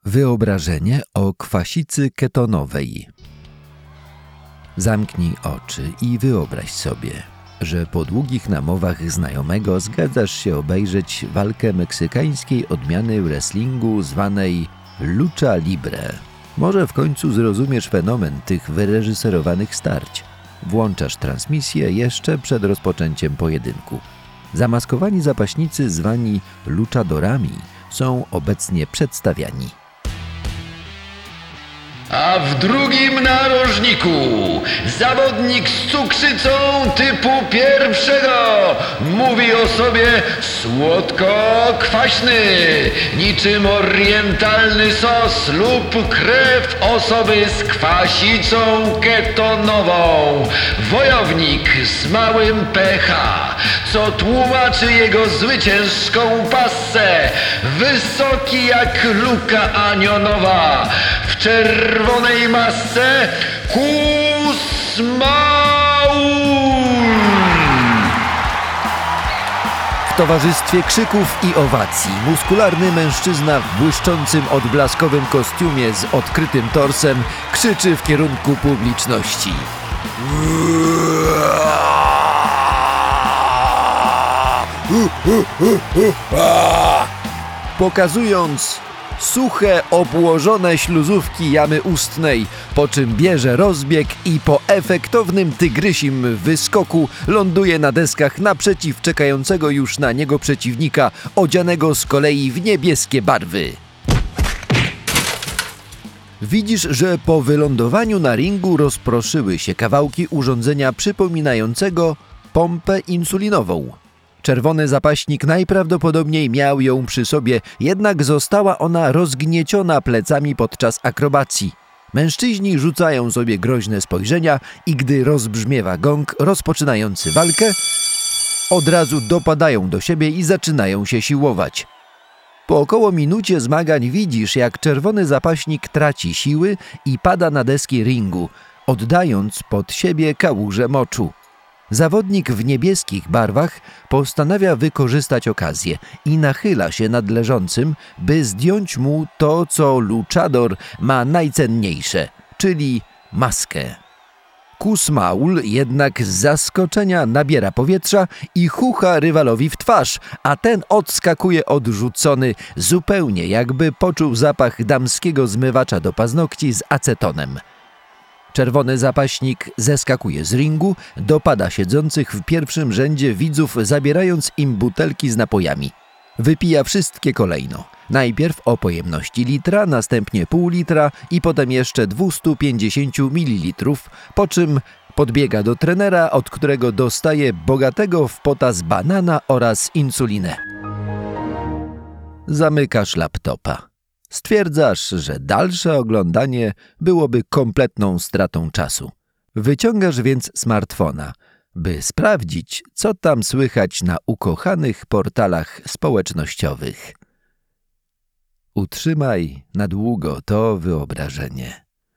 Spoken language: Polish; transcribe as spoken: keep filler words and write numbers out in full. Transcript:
Wyobrażenie o kwasicy ketonowej. Zamknij oczy i wyobraź sobie, że po długich namowach znajomego zgadzasz się obejrzeć walkę meksykańskiej odmiany wrestlingu zwanej Lucha Libre. Może w końcu zrozumiesz fenomen tych wyreżyserowanych starć. Włączasz transmisję jeszcze przed rozpoczęciem pojedynku. Zamaskowani zapaśnicy zwani luchadorami są obecnie przedstawiani. A w drugim narożniku zawodnik z cukrzycą typu pierwszego mówi o sobie słodko-kwaśny, niczym orientalny sos lub krew osoby z kwasicą ketonową. Wojownik z małym pH, co tłumaczy jego zwycięską passę. Wysoki jak luka anionowa, w czerwonej masce Kusmaul. W towarzystwie krzyków i owacji muskularny mężczyzna w błyszczącym odblaskowym kostiumie z odkrytym torsem krzyczy w kierunku publiczności. Pokazując suche, obłożone śluzówki jamy ustnej, po czym bierze rozbieg i po efektownym tygrysim wyskoku ląduje na deskach naprzeciw czekającego już na niego przeciwnika, odzianego z kolei w niebieskie barwy. Widzisz, że po wylądowaniu na ringu rozproszyły się kawałki urządzenia przypominającego pompę insulinową. Czerwony zapaśnik najprawdopodobniej miał ją przy sobie, jednak została ona rozgnieciona plecami podczas akrobacji. Mężczyźni rzucają sobie groźne spojrzenia i gdy rozbrzmiewa gong rozpoczynający walkę, od razu dopadają do siebie i zaczynają się siłować. Po około minucie zmagań widzisz, jak czerwony zapaśnik traci siły i pada na deski ringu, oddając pod siebie kałużę moczu. Zawodnik w niebieskich barwach postanawia wykorzystać okazję i nachyla się nad leżącym, by zdjąć mu to, co luchador ma najcenniejsze, czyli maskę. Kusmaul jednak z zaskoczenia nabiera powietrza i chucha rywalowi w twarz, a ten odskakuje odrzucony, zupełnie jakby poczuł zapach damskiego zmywacza do paznokci z acetonem. Czerwony zapaśnik zeskakuje z ringu, dopada siedzących w pierwszym rzędzie widzów, zabierając im butelki z napojami. Wypija wszystkie kolejno. Najpierw o pojemności litra, następnie pół litra i potem jeszcze dwieście pięćdziesiąt mililitrów, po czym podbiega do trenera, od którego dostaje bogatego w potas banana oraz insulinę. Zamykasz laptopa. Stwierdzasz, że dalsze oglądanie byłoby kompletną stratą czasu. Wyciągasz więc smartfona, by sprawdzić, co tam słychać na ukochanych portalach społecznościowych. Utrzymaj na długo to wyobrażenie.